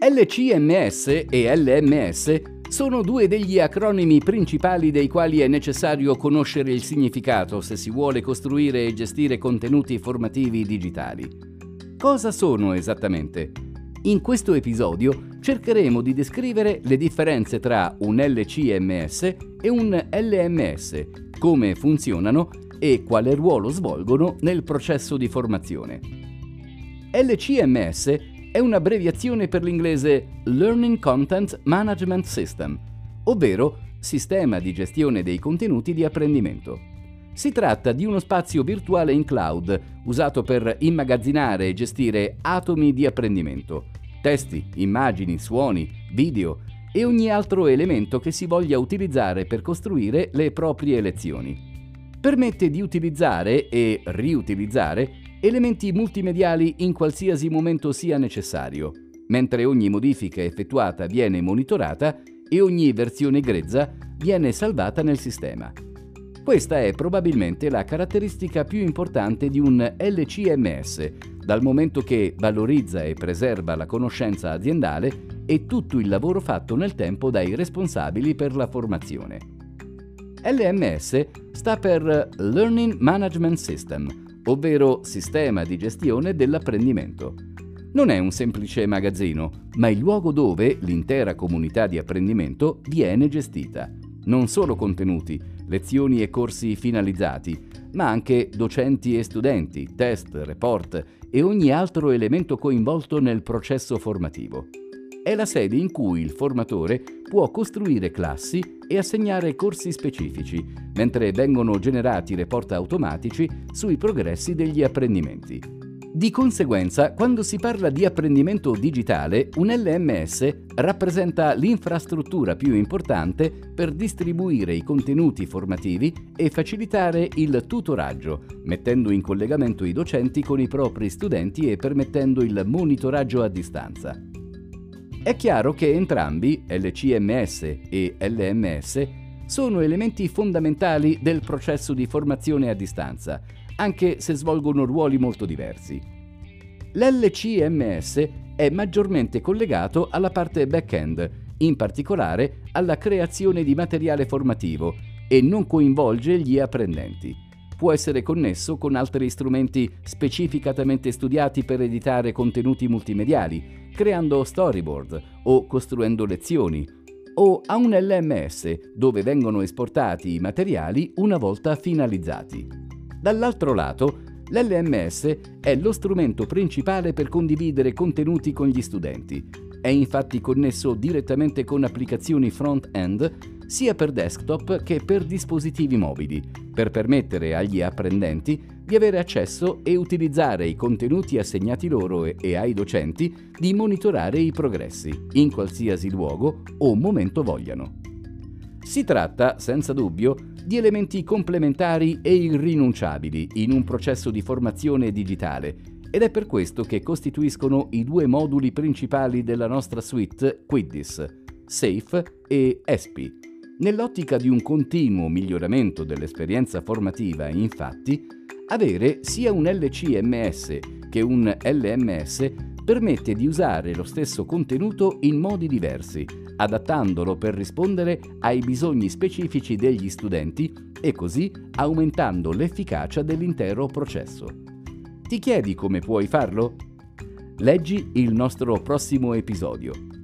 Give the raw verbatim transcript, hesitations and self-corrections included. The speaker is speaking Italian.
L C M S e L M S sono due degli acronimi principali dei quali è necessario conoscere il significato se si vuole costruire e gestire contenuti formativi digitali. Cosa sono esattamente? In questo episodio cercheremo di descrivere le differenze tra un L C M S e un L M S, come funzionano e quale ruolo svolgono nel processo di formazione. L C M S è un'abbreviazione per l'inglese Learning Content Management System, ovvero Sistema di gestione dei contenuti di apprendimento. Si tratta di uno spazio virtuale in cloud usato per immagazzinare e gestire atomi di apprendimento, testi, immagini, suoni, video e ogni altro elemento che si voglia utilizzare per costruire le proprie lezioni. Permette di utilizzare e riutilizzare elementi multimediali in qualsiasi momento sia necessario, mentre ogni modifica effettuata viene monitorata e ogni versione grezza viene salvata nel sistema. Questa è probabilmente la caratteristica più importante di un L C M S, dal momento che valorizza e preserva la conoscenza aziendale e tutto il lavoro fatto nel tempo dai responsabili per la formazione. L M S sta per Learning Management System, ovvero Sistema di gestione dell'apprendimento. Non è un semplice magazzino, ma il luogo dove l'intera comunità di apprendimento viene gestita. Non solo contenuti, lezioni e corsi finalizzati, ma anche docenti e studenti, test, report e ogni altro elemento coinvolto nel processo formativo. È la sede in cui il formatore può costruire classi e assegnare corsi specifici, mentre vengono generati report automatici sui progressi degli apprendimenti. Di conseguenza, quando si parla di apprendimento digitale, un L M S rappresenta l'infrastruttura più importante per distribuire i contenuti formativi e facilitare il tutoraggio, mettendo in collegamento i docenti con i propri studenti e permettendo il monitoraggio a distanza. È chiaro che entrambi, L C M S e L M S, sono elementi fondamentali del processo di formazione a distanza, anche se svolgono ruoli molto diversi. L'L C M S è maggiormente collegato alla parte back-end, in particolare alla creazione di materiale formativo, e non coinvolge gli apprendenti. Può essere connesso con altri strumenti specificatamente studiati per editare contenuti multimediali, creando storyboard o costruendo lezioni, o a un L M S dove vengono esportati i materiali una volta finalizzati. Dall'altro lato, l'L M S è lo strumento principale per condividere contenuti con gli studenti. È infatti connesso direttamente con applicazioni front-end sia per desktop che per dispositivi mobili, per permettere agli apprendenti di avere accesso e utilizzare i contenuti assegnati loro e, e ai docenti di monitorare i progressi, in qualsiasi luogo o momento vogliano. Si tratta, senza dubbio, di elementi complementari e irrinunciabili in un processo di formazione digitale, ed è per questo che costituiscono i due moduli principali della nostra suite Quiddis, Safe e E S P I. Nell'ottica di un continuo miglioramento dell'esperienza formativa, infatti, avere sia un L C M S che un L M S permette di usare lo stesso contenuto in modi diversi, adattandolo per rispondere ai bisogni specifici degli studenti e così aumentando l'efficacia dell'intero processo. Ti chiedi come puoi farlo? Leggi il nostro prossimo episodio.